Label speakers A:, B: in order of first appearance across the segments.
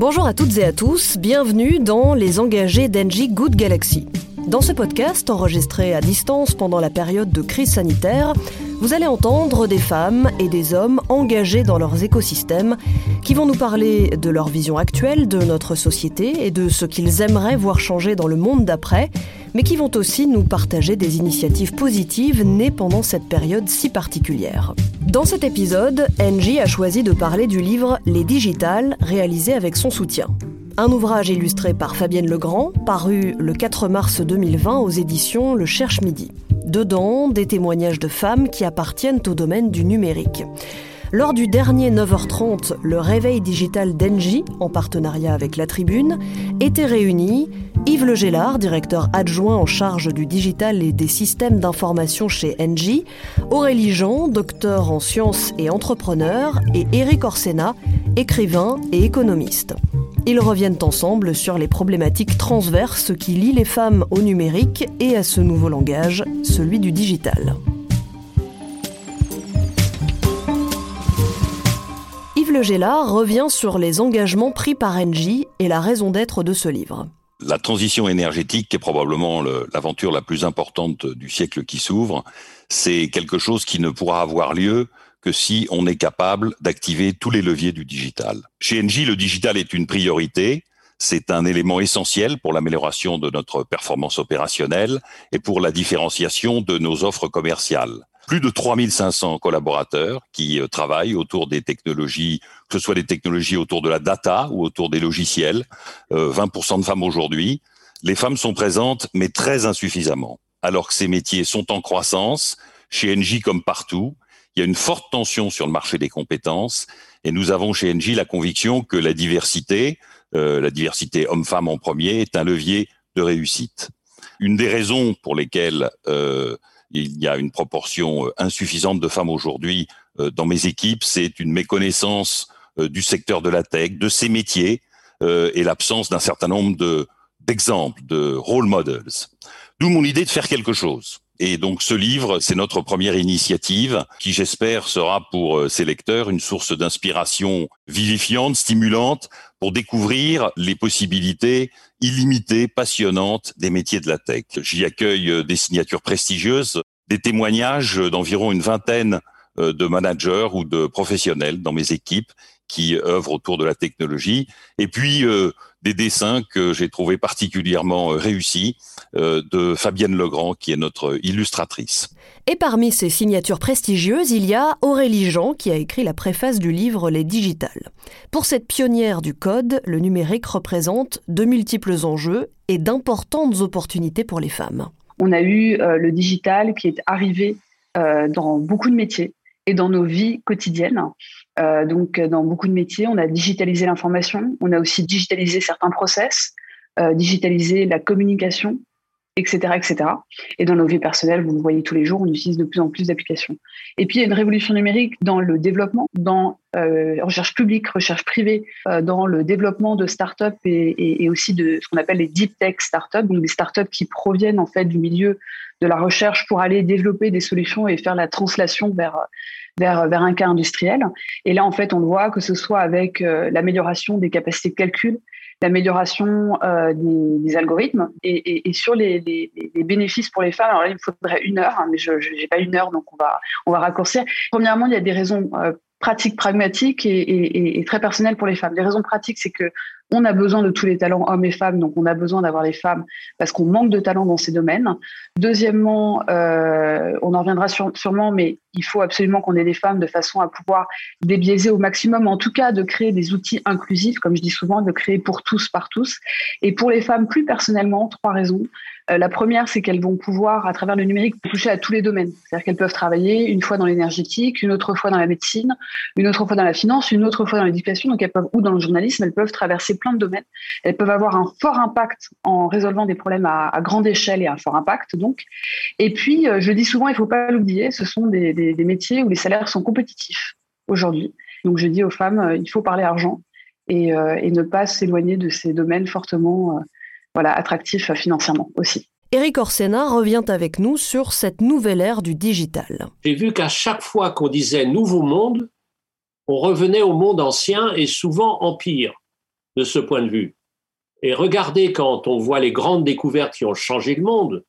A: Bonjour à toutes et à tous, bienvenue dans Les Engagés d'Engie Good Galaxy. Dans ce podcast, enregistré à distance pendant la période de crise sanitaire, vous allez entendre des femmes et des hommes engagés dans leurs écosystèmes qui vont nous parler de leur vision actuelle de notre société et de ce qu'ils aimeraient voir changer dans le monde d'après, mais qui vont aussi nous partager des initiatives positives nées pendant cette période si particulière. Dans cet épisode, Engie a choisi de parler du livre « Les Digitales » réalisé avec son soutien. Un ouvrage illustré par Fabienne Legrand, paru le 4 mars 2020 aux éditions Le Cherche Midi. Dedans, des témoignages de femmes qui appartiennent au domaine du numérique. Lors du dernier 9h30, le réveil digital d'Engie, en partenariat avec La Tribune, étaient réunis Yves Le Gélard, directeur adjoint en charge du digital et des systèmes d'information chez Engie, Aurélie Jean, docteur en sciences et entrepreneur, et Éric Orsena, écrivain et économiste. Ils reviennent ensemble sur les problématiques transverses qui lient les femmes au numérique et à ce nouveau langage, celui du digital. Yves Le Gélard revient sur les engagements pris par Engie et la raison d'être de ce livre.
B: La transition énergétique est probablement l'aventure la plus importante du siècle qui s'ouvre. C'est quelque chose qui ne pourra avoir lieu que si on est capable d'activer tous les leviers du digital. Chez Engie, le digital est une priorité. C'est un élément essentiel pour l'amélioration de notre performance opérationnelle et pour la différenciation de nos offres commerciales. Plus de 3500 collaborateurs qui travaillent autour des technologies, que ce soit des technologies autour de la data ou autour des logiciels. 20% de femmes aujourd'hui. Les femmes sont présentes, mais très insuffisamment. Alors que ces métiers sont en croissance, chez Engie comme partout, il y a une forte tension sur le marché des compétences et nous avons chez Engie la conviction que la diversité homme-femme en premier, est un levier de réussite. Une des raisons pour lesquelles il y a une proportion insuffisante de femmes aujourd'hui dans mes équipes, c'est une méconnaissance du secteur de la tech, de ses métiers et l'absence d'un certain nombre d'exemples, de role models. D'où mon idée de faire quelque chose. Et donc ce livre, c'est notre première initiative qui, j'espère, sera pour ses lecteurs une source d'inspiration vivifiante, stimulante, pour découvrir les possibilités illimitées, passionnantes des métiers de la tech. J'y accueille des signatures prestigieuses, des témoignages d'environ une vingtaine de managers ou de professionnels dans mes équipes qui œuvrent autour de la technologie, et puis des dessins que j'ai trouvés particulièrement réussis de Fabienne Legrand, qui est notre illustratrice.
A: Et parmi ces signatures prestigieuses, il y a Aurélie Jean, qui a écrit la préface du livre Les Digitales. Pour cette pionnière du code, le numérique représente de multiples enjeux et d'importantes opportunités pour les femmes.
C: On a eu le digital qui est arrivé dans beaucoup de métiers et dans nos vies quotidiennes. Donc, dans beaucoup de métiers, on a digitalisé l'information, on a aussi digitalisé certains process, digitalisé la communication, etc., etc. Et dans nos vies personnelles, vous le voyez tous les jours, on utilise de plus en plus d'applications. Et puis, il y a une révolution numérique dans le développement, dans recherche publique, recherche privée, dans le développement de startups et aussi de ce qu'on appelle les deep tech startups, donc des startups qui proviennent en fait du milieu de la recherche pour aller développer des solutions et faire la translation vers un cas industriel. Et là, en fait, on le voit que ce soit avec l'amélioration des capacités de calcul, l'amélioration des algorithmes et sur les bénéfices pour les femmes. Alors là, il me faudrait 1 heure, mais je n'ai pas 1 heure, donc on va raccourcir. Premièrement, il y a des raisons pratiques, pragmatiques et très personnelles pour les femmes. Les raisons pratiques, c'est que on a besoin de tous les talents, hommes et femmes, donc on a besoin d'avoir les femmes parce qu'on manque de talents dans ces domaines. Deuxièmement, on en reviendra sûrement, mais il faut absolument qu'on ait des femmes de façon à pouvoir débiaiser au maximum, en tout cas de créer des outils inclusifs, comme je dis souvent, de créer pour tous, par tous. Et pour les femmes, plus personnellement, 3 raisons. La première, c'est qu'elles vont pouvoir, à travers le numérique, toucher à tous les domaines. C'est-à-dire qu'elles peuvent travailler une fois dans l'énergétique, une autre fois dans la médecine, une autre fois dans la finance, une autre fois dans l'éducation, donc elles peuvent, ou dans le journalisme, elles peuvent traverser plein de domaines. Elles peuvent avoir un fort impact en résolvant des problèmes à grande échelle et à fort impact, donc. Et puis, je dis souvent, il ne faut pas l'oublier, ce sont des métiers où les salaires sont compétitifs aujourd'hui. Donc, je dis aux femmes, il faut parler argent et ne pas s'éloigner de ces domaines fortement attractifs financièrement aussi.
A: Éric Orsena revient avec nous sur cette nouvelle ère du digital.
D: J'ai vu qu'à chaque fois qu'on disait « nouveau monde », on revenait au monde ancien et souvent en pire. de ce point de vue. Et regardez quand on voit les grandes découvertes qui ont changé le monde,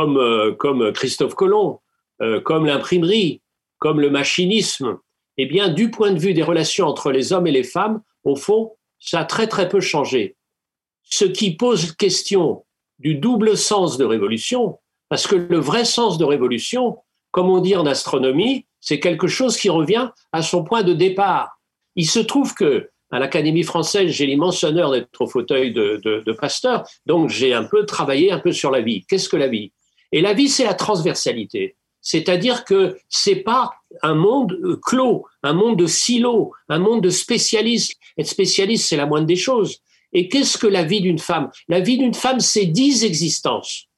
D: comme Christophe Colomb, comme l'imprimerie, comme le machinisme, eh bien, du point de vue des relations entre les hommes et les femmes, au fond, ça a très très peu changé. Ce qui pose question du double sens de révolution, parce que le vrai sens de révolution, comme on dit en astronomie, c'est quelque chose qui revient à son point de départ. Il se trouve que à l'Académie française, j'ai l'immense honneur d'être au fauteuil de Pasteur, donc j'ai un peu travaillé un peu sur la vie. Qu'est-ce que la vie ? Et la vie, c'est la transversalité. C'est-à-dire que c'est pas un monde clos, un monde de silos, un monde de spécialistes. Être spécialiste, c'est la moindre des choses. Et qu'est-ce que la vie d'une femme ? La vie d'une femme, c'est 10 existences.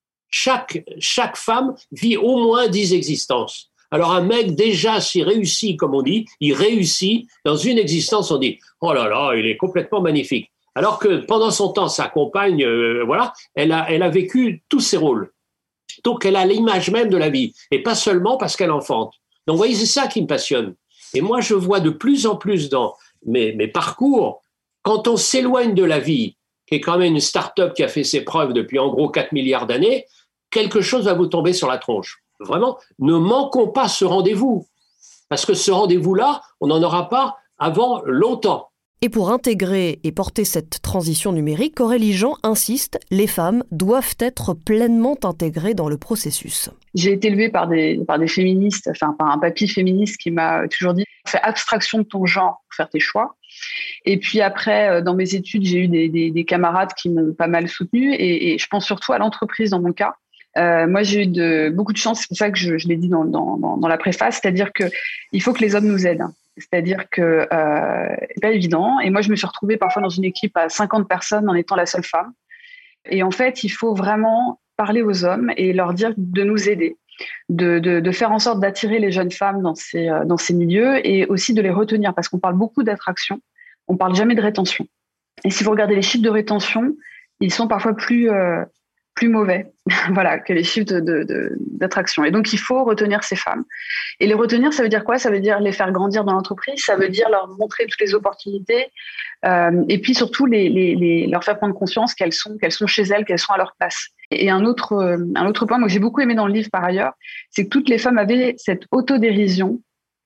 D: Chaque femme vit au moins 10 existences. Alors un mec, déjà, s'il réussit, comme on dit, il réussit dans une existence, on dit « Oh là là, il est complètement magnifique ». Alors que pendant son temps, sa compagne, elle a vécu tous ses rôles. Donc, elle a l'image même de la vie, et pas seulement parce qu'elle enfante. Donc, vous voyez, c'est ça qui me passionne. Et moi, je vois de plus en plus dans mes parcours, quand on s'éloigne de la vie, qui est quand même une start-up qui a fait ses preuves depuis en gros 4 milliards d'années, quelque chose va vous tomber sur la tronche. Vraiment, ne manquons pas ce rendez-vous, parce que ce rendez-vous-là, on n'en aura pas avant longtemps.
A: Et pour intégrer et porter cette transition numérique, Aurélie Jean insiste, les femmes doivent être pleinement intégrées dans le processus.
C: J'ai été élevée par des féministes, enfin par un papy féministe qui m'a toujours dit « fais abstraction de ton genre pour faire tes choix ». Et puis après, dans mes études, j'ai eu des camarades qui m'ont pas mal soutenue et je pense surtout à l'entreprise dans mon cas. Moi, j'ai eu beaucoup de chance, c'est pour ça que je l'ai dit dans la préface, c'est-à-dire qu'il faut que les hommes nous aident. C'est-à-dire que c'est pas évident. Et moi, je me suis retrouvée parfois dans une équipe à 50 personnes en étant la seule femme. Et en fait, il faut vraiment parler aux hommes et leur dire de nous aider, de faire en sorte d'attirer les jeunes femmes dans ces milieux et aussi de les retenir parce qu'on parle beaucoup d'attraction, on parle jamais de rétention. Et si vous regardez les chiffres de rétention, ils sont parfois plus mauvais voilà, que les chiffres d'attraction. Et donc, il faut retenir ces femmes. Et les retenir, ça veut dire quoi ? Ça veut dire les faire grandir dans l'entreprise, ça veut dire leur montrer toutes les opportunités et puis surtout leur faire prendre conscience qu'elles sont chez elles, qu'elles sont à leur place. Et un autre point, moi, que j'ai beaucoup aimé dans le livre par ailleurs, c'est que toutes les femmes avaient cette autodérision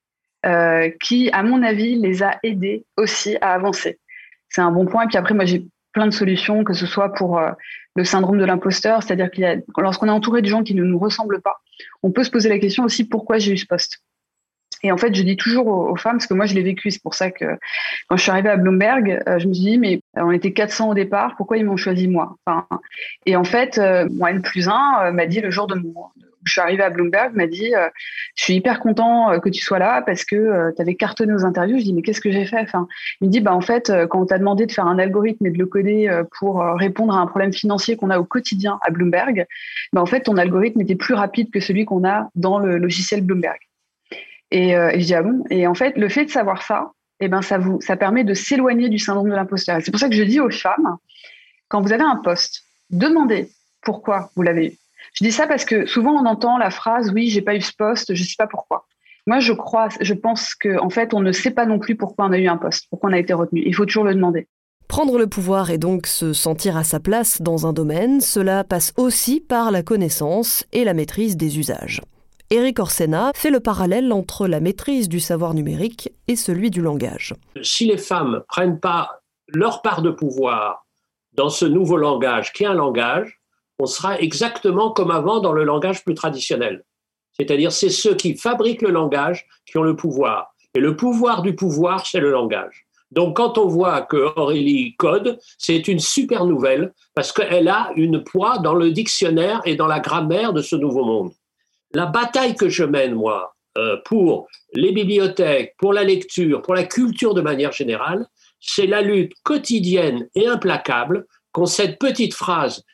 C: qui, à mon avis, les a aidées aussi à avancer. C'est un bon point. Et puis après, moi, j'ai plein de solutions, que ce soit pour le syndrome de l'imposteur, c'est-à-dire lorsqu'on est entouré de gens qui ne nous ressemblent pas, on peut se poser la question aussi pourquoi j'ai eu ce poste. Et en fait, je dis toujours aux femmes, parce que moi je l'ai vécu, c'est pour ça que quand je suis arrivée à Bloomberg, je me suis dit mais on était 400 au départ, pourquoi ils m'ont choisi moi ? Et en fait, moi N+1 m'a dit le jour de je suis arrivée à Bloomberg, m'a dit je suis hyper content que tu sois là parce que tu avais cartonné aux interviews. Je dis mais qu'est-ce que j'ai fait ? Il me dit en fait quand on t'a demandé de faire un algorithme et de le coder pour répondre à un problème financier qu'on a au quotidien à Bloomberg, en fait ton algorithme était plus rapide que celui qu'on a dans le logiciel Bloomberg. Et je dis ah bon ? Et en fait le fait de savoir ça, ça permet de s'éloigner du syndrome de l'imposteur. C'est pour ça que je dis aux femmes, quand vous avez un poste, demandez pourquoi vous l'avez eu. Je dis ça parce que souvent on entend la phrase « oui, j'ai pas eu ce poste, je sais pas pourquoi ». Moi, je pense qu'en fait, on ne sait pas non plus pourquoi on a eu un poste, pourquoi on a été retenu. Il faut toujours le demander.
A: Prendre le pouvoir et donc se sentir à sa place dans un domaine, cela passe aussi par la connaissance et la maîtrise des usages. Éric Orsena fait le parallèle entre la maîtrise du savoir numérique et celui du langage.
D: Si les femmes prennent pas leur part de pouvoir dans ce nouveau langage, qui est un langage, on sera exactement comme avant dans le langage plus traditionnel. C'est-à-dire, c'est ceux qui fabriquent le langage qui ont le pouvoir. Et le pouvoir du pouvoir, c'est le langage. Donc, quand on voit que Aurélie code, c'est une super nouvelle parce qu'elle a une poids dans le dictionnaire et dans la grammaire de ce nouveau monde. La bataille que je mène, moi, pour les bibliothèques, pour la lecture, pour la culture de manière générale, c'est la lutte quotidienne et implacable contre cette petite phrase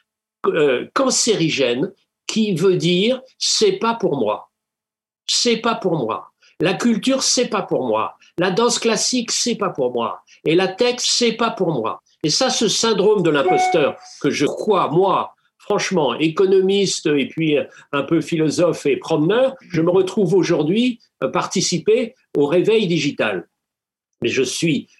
D: cancérigène qui veut dire « c'est pas pour moi ». C'est pas pour moi. La culture, c'est pas pour moi. La danse classique, c'est pas pour moi. Et la tech, c'est pas pour moi. Et ça, ce syndrome de l'imposteur que je crois, moi, franchement, économiste et puis un peu philosophe et promeneur, je me retrouve aujourd'hui participer au réveil digital. Mais je suis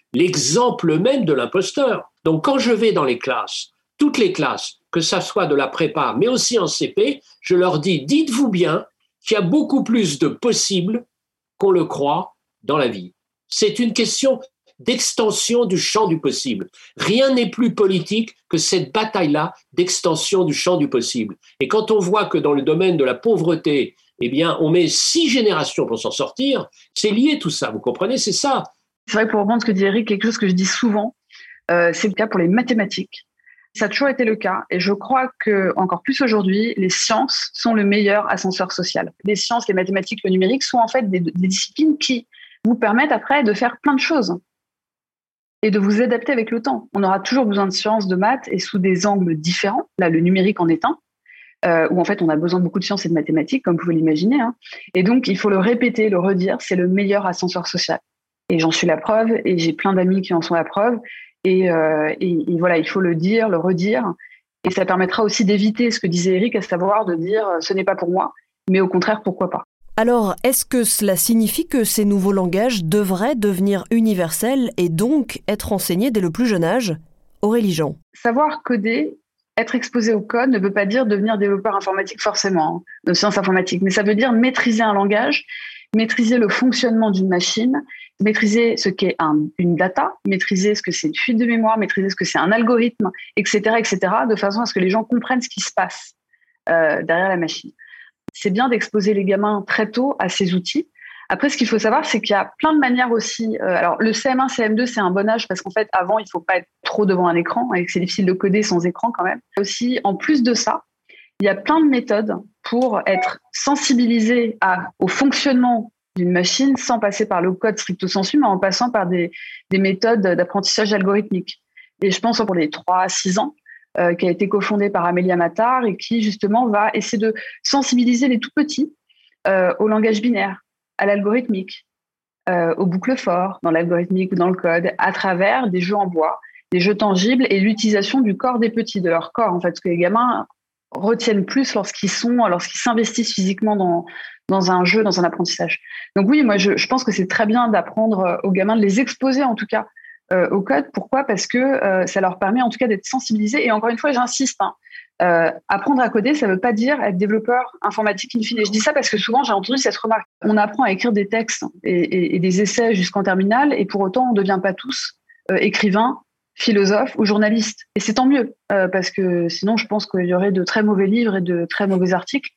D: l'exemple même de l'imposteur. Donc quand je vais dans les classes, toutes les classes, que ça soit de la prépa, mais aussi en CP, je leur dis, dites-vous bien qu'il y a beaucoup plus de possibles qu'on le croit dans la vie. C'est une question d'extension du champ du possible. Rien n'est plus politique que cette bataille-là d'extension du champ du possible. Et quand on voit que dans le domaine de la pauvreté, eh bien, on met 6 générations pour s'en sortir, c'est lié tout ça, vous comprenez, c'est ça.
C: C'est vrai, pour reprendre ce que dit Eric, quelque chose que je dis souvent, c'est le cas pour les mathématiques. Ça a toujours été le cas, et je crois que encore plus aujourd'hui, les sciences sont le meilleur ascenseur social. Les sciences, les mathématiques, le numérique sont en fait des disciplines qui vous permettent après de faire plein de choses et de vous adapter avec le temps. On aura toujours besoin de sciences, de maths, et sous des angles différents. Là, le numérique en est un, où en fait on a besoin de beaucoup de sciences et de mathématiques, comme vous pouvez l'imaginer. Hein. Et donc, il faut le répéter, le redire, c'est le meilleur ascenseur social. Et j'en suis la preuve, et j'ai plein d'amis qui en sont la preuve. Et voilà, il faut le dire, le redire. Et ça permettra aussi d'éviter ce que disait Eric, à savoir de dire « ce n'est pas pour moi », mais au contraire, pourquoi pas.
A: Alors, est-ce que cela signifie que ces nouveaux langages devraient devenir universels et donc être enseignés dès le plus jeune âge ? Aurélie Jean.
C: Savoir coder, être exposé au code ne veut pas dire devenir développeur informatique forcément, de sciences informatiques, mais ça veut dire maîtriser un langage, maîtriser le fonctionnement d'une machine, maîtriser ce qu'est une data, maîtriser ce que c'est une fuite de mémoire, maîtriser ce que c'est un algorithme, etc., de façon à ce que les gens comprennent ce qui se passe derrière la machine. C'est bien d'exposer les gamins très tôt à ces outils. Après, ce qu'il faut savoir, c'est qu'il y a plein de manières aussi. Alors, le CM1, CM2, c'est un bon âge parce qu'en fait, avant, il ne faut pas être trop devant un écran et que c'est difficile de coder sans écran quand même. Aussi, en plus de ça, il y a plein de méthodes pour être sensibilisé au fonctionnement d'une machine sans passer par le code stricto sensu, mais en passant par des méthodes d'apprentissage algorithmique. Et je pense pour les 3 à 6 ans, qui a été cofondée par Amélia Matar et qui justement va essayer de sensibiliser les tout petits au langage binaire, à l'algorithmique, aux boucles for, dans l'algorithmique ou dans le code, à travers des jeux en bois, des jeux tangibles et l'utilisation du corps des petits, de leur corps en fait, parce que les gamins retiennent plus lorsqu'ils s'investissent physiquement dans un jeu, dans un apprentissage. Donc oui, moi je pense que c'est très bien d'apprendre aux gamins, de les exposer en tout cas au code. Pourquoi ? Parce que ça leur permet en tout cas d'être sensibilisés. Et encore une fois, j'insiste, apprendre à coder, ça ne veut pas dire être développeur informatique in fine. Et je dis ça parce que souvent, j'ai entendu cette remarque. On apprend à écrire des textes et des essais jusqu'en terminale, et pour autant, on ne devient pas tous écrivains, philosophes ou journalistes. Et c'est tant mieux, parce que sinon, je pense qu'il y aurait de très mauvais livres et de très mauvais articles.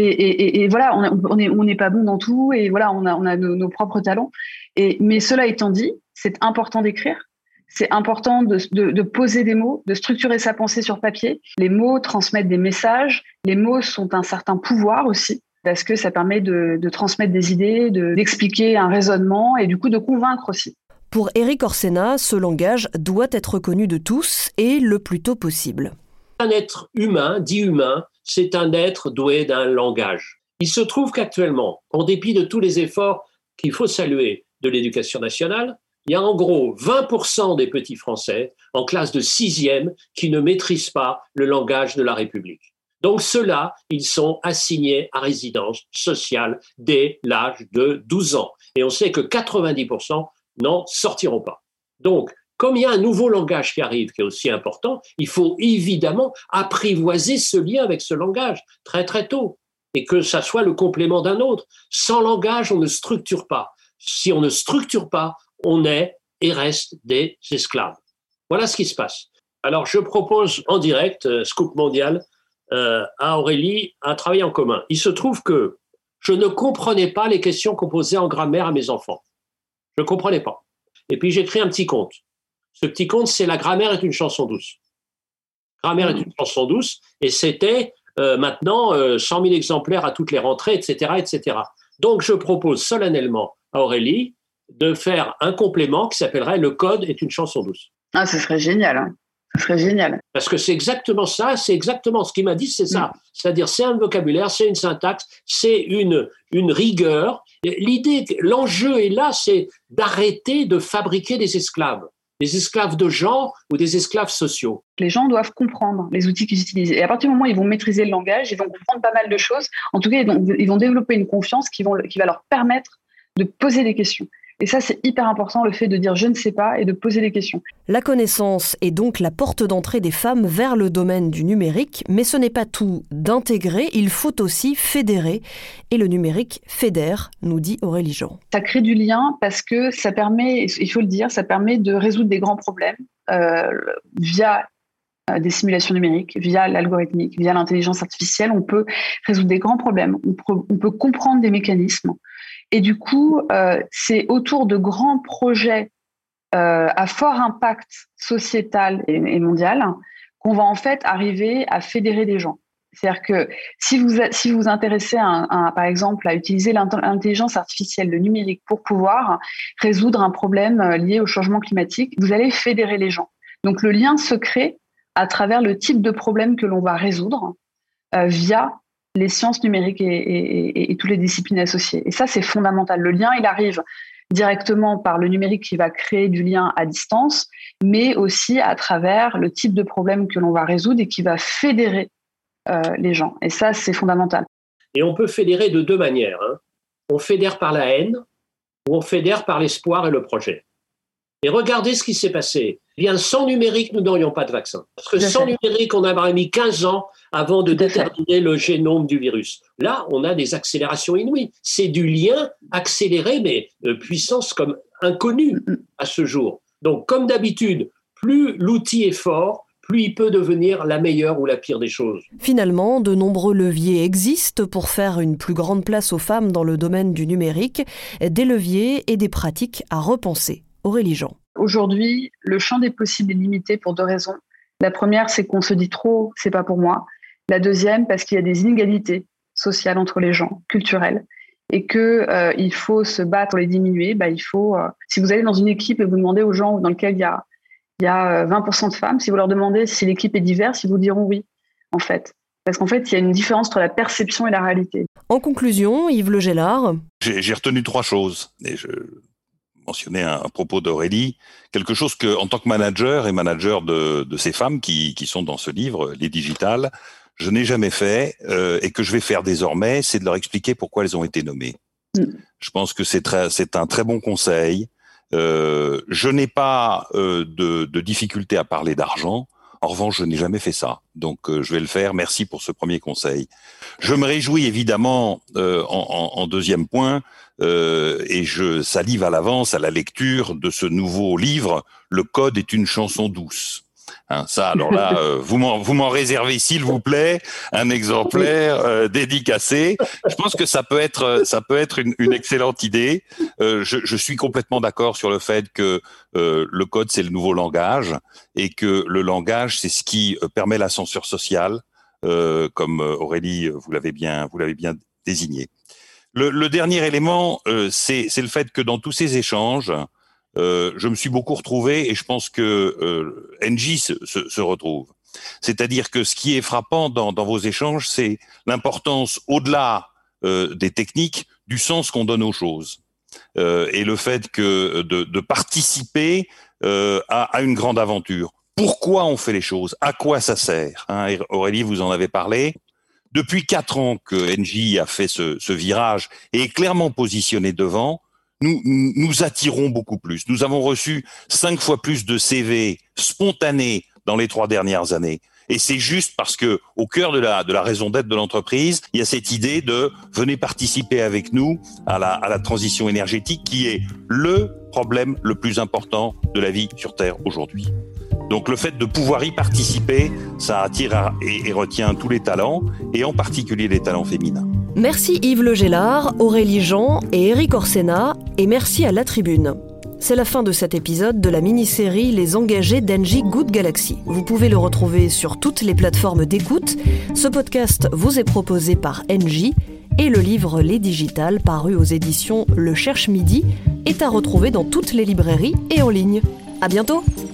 C: Et voilà, on n'est pas bon dans tout, et voilà, on a nos propres talents. Mais cela étant dit, c'est important d'écrire, c'est important de poser des mots, de structurer sa pensée sur papier. Les mots transmettent des messages, les mots sont un certain pouvoir aussi, parce que ça permet de transmettre des idées, d'expliquer un raisonnement et du coup de convaincre aussi.
A: Pour Éric Orsena, ce langage doit être connu de tous et le plus tôt possible.
D: Un être humain, dit humain, c'est un être doué d'un langage. Il se trouve qu'actuellement, en dépit de tous les efforts qu'il faut saluer de l'éducation nationale, il y a en gros 20% des petits Français en classe de 6e qui ne maîtrisent pas le langage de la République. Donc ceux-là, ils sont assignés à résidence sociale dès l'âge de 12 ans. Et on sait que 90% n'en sortiront pas. Donc, comme il y a un nouveau langage qui arrive, qui est aussi important, il faut évidemment apprivoiser ce lien avec ce langage très très tôt et que ça soit le complément d'un autre. Sans langage, on ne structure pas. Si on ne structure pas, on est et reste des esclaves. Voilà ce qui se passe. Alors, je propose en direct, Scoop Mondial, à Aurélie, un travail en commun. Il se trouve que je ne comprenais pas les questions qu'on posait en grammaire à mes enfants. Je ne comprenais pas. Et puis, j'ai écrit un petit conte. Ce petit conte, c'est « La grammaire est une chanson douce ». Grammaire est une chanson douce, et c'était maintenant 100 000 exemplaires à toutes les rentrées, etc., etc. Donc, je propose solennellement à Aurélie de faire un complément qui s'appellerait « Le code est une chanson douce ».
C: Ah, ce serait génial, hein. Ce serait génial.
D: Parce que c'est exactement ça, c'est exactement ce qu'il m'a dit, c'est ça. C'est-à-dire, c'est un vocabulaire, c'est une syntaxe, c'est une rigueur. L'idée, l'enjeu est là, c'est d'arrêter de fabriquer des esclaves de genre ou des esclaves sociaux.
C: Les gens doivent comprendre les outils qu'ils utilisent. Et à partir du moment où ils vont maîtriser le langage, ils vont comprendre pas mal de choses. En tout cas, ils vont développer une confiance qui va leur permettre de poser des questions. Et ça, c'est hyper important, le fait de dire « je ne sais pas » et de poser des questions.
A: La connaissance est donc la porte d'entrée des femmes vers le domaine du numérique, mais ce n'est pas tout d'intégrer, il faut aussi fédérer. Et le numérique fédère, nous dit Aurélie Jean.
C: Ça crée du lien parce que ça permet, il faut le dire, ça permet de résoudre des grands problèmes via des simulations numériques, via l'algorithmique, via l'intelligence artificielle. On peut résoudre des grands problèmes, on peut comprendre des mécanismes. Et du coup, c'est autour de grands projets à fort impact sociétal et mondial qu'on va en fait arriver à fédérer des gens. C'est-à-dire que si vous vous intéressez par exemple à utiliser l'intelligence artificielle, le numérique, pour pouvoir résoudre un problème lié au changement climatique, vous allez fédérer les gens. Donc le lien se crée à travers le type de problème que l'on va résoudre via les sciences numériques et toutes les disciplines associées. Et ça, c'est fondamental. Le lien, il arrive directement par le numérique qui va créer du lien à distance, mais aussi à travers le type de problème que l'on va résoudre et qui va fédérer les gens. Et ça, c'est fondamental.
D: Et on peut fédérer de deux manières. On fédère par la haine ou on fédère par l'espoir et le projet. Et regardez ce qui s'est passé. Bien, sans numérique, nous n'aurions pas de vaccin. Parce que sans numérique, on aurait mis 15 ans avant de déterminer le génome du virus. Là, on a des accélérations inouïes. C'est du lien accéléré, mais de puissance comme inconnue à ce jour. Donc, comme d'habitude, plus l'outil est fort, plus il peut devenir la meilleure ou la pire des choses.
A: Finalement, de nombreux leviers existent pour faire une plus grande place aux femmes dans le domaine du numérique, des leviers et des pratiques à repenser. Aurélie Jean.
C: Aujourd'hui, le champ des possibles est limité pour deux raisons. La première, c'est qu'on se dit trop, c'est pas pour moi. La deuxième, parce qu'il y a des inégalités sociales entre les gens, culturelles, et que il faut se battre pour les diminuer. Si vous allez dans une équipe et vous demandez aux gens dans lequel il y a 20% de femmes, si vous leur demandez si l'équipe est diverse, ils vous diront oui, en fait. Parce qu'en fait, il y a une différence entre la perception et la réalité.
A: En conclusion, Yves Le Gellard.
B: J'ai retenu trois choses. Et je mentionnais un propos d'Aurélie, quelque chose que, en tant que manager et manager de ces femmes qui sont dans ce livre, les digitales, je n'ai jamais fait et que je vais faire désormais, c'est de leur expliquer pourquoi elles ont été nommées. Je pense que c'est un très bon conseil. Je n'ai pas de difficulté à parler d'argent. En revanche, je n'ai jamais fait ça. Donc, je vais le faire. Merci pour ce premier conseil. Je me réjouis évidemment en deuxième point, et je salive à l'avance à la lecture de ce nouveau livre, Le Code est une chanson douce. Ça, alors là, vous m'en réservez, s'il vous plaît, un exemplaire dédicacé. Je pense que ça peut être une excellente idée. Je suis complètement d'accord sur le fait que le code, c'est le nouveau langage et que le langage, c'est ce qui permet l'ascenseur social, comme Aurélie, vous l'avez bien désigné. Le dernier élément, c'est le fait que dans tous ces échanges, je me suis beaucoup retrouvé et je pense que Engie se retrouve. C'est-à-dire que ce qui est frappant dans vos échanges, c'est l'importance, au-delà des techniques, du sens qu'on donne aux choses. Et le fait que de participer à une grande aventure. Pourquoi on fait les choses? À quoi ça sert? Aurélie, vous en avez parlé. Depuis 4 ans que Engie a fait ce virage et est clairement positionné devant, nous attirons beaucoup plus. Nous avons reçu 5 fois plus de CV spontanés dans les 3 dernières années. Et c'est juste parce que, au cœur de la raison d'être de l'entreprise, il y a cette idée de venez participer avec nous à la transition énergétique qui est le problème le plus important de la vie sur Terre aujourd'hui. Donc le fait de pouvoir y participer, ça attire et retient tous les talents, et en particulier les talents féminins.
A: Merci Yves Le Gellard, Aurélie Jean et Éric Orsena, et merci à La Tribune. C'est la fin de cet épisode de la mini-série Les engagés d'Engie Good Galaxy. Vous pouvez le retrouver sur toutes les plateformes d'écoute. Ce podcast vous est proposé par Engie et le livre Les Digitales, paru aux éditions Le Cherche Midi, est à retrouver dans toutes les librairies et en ligne. À bientôt!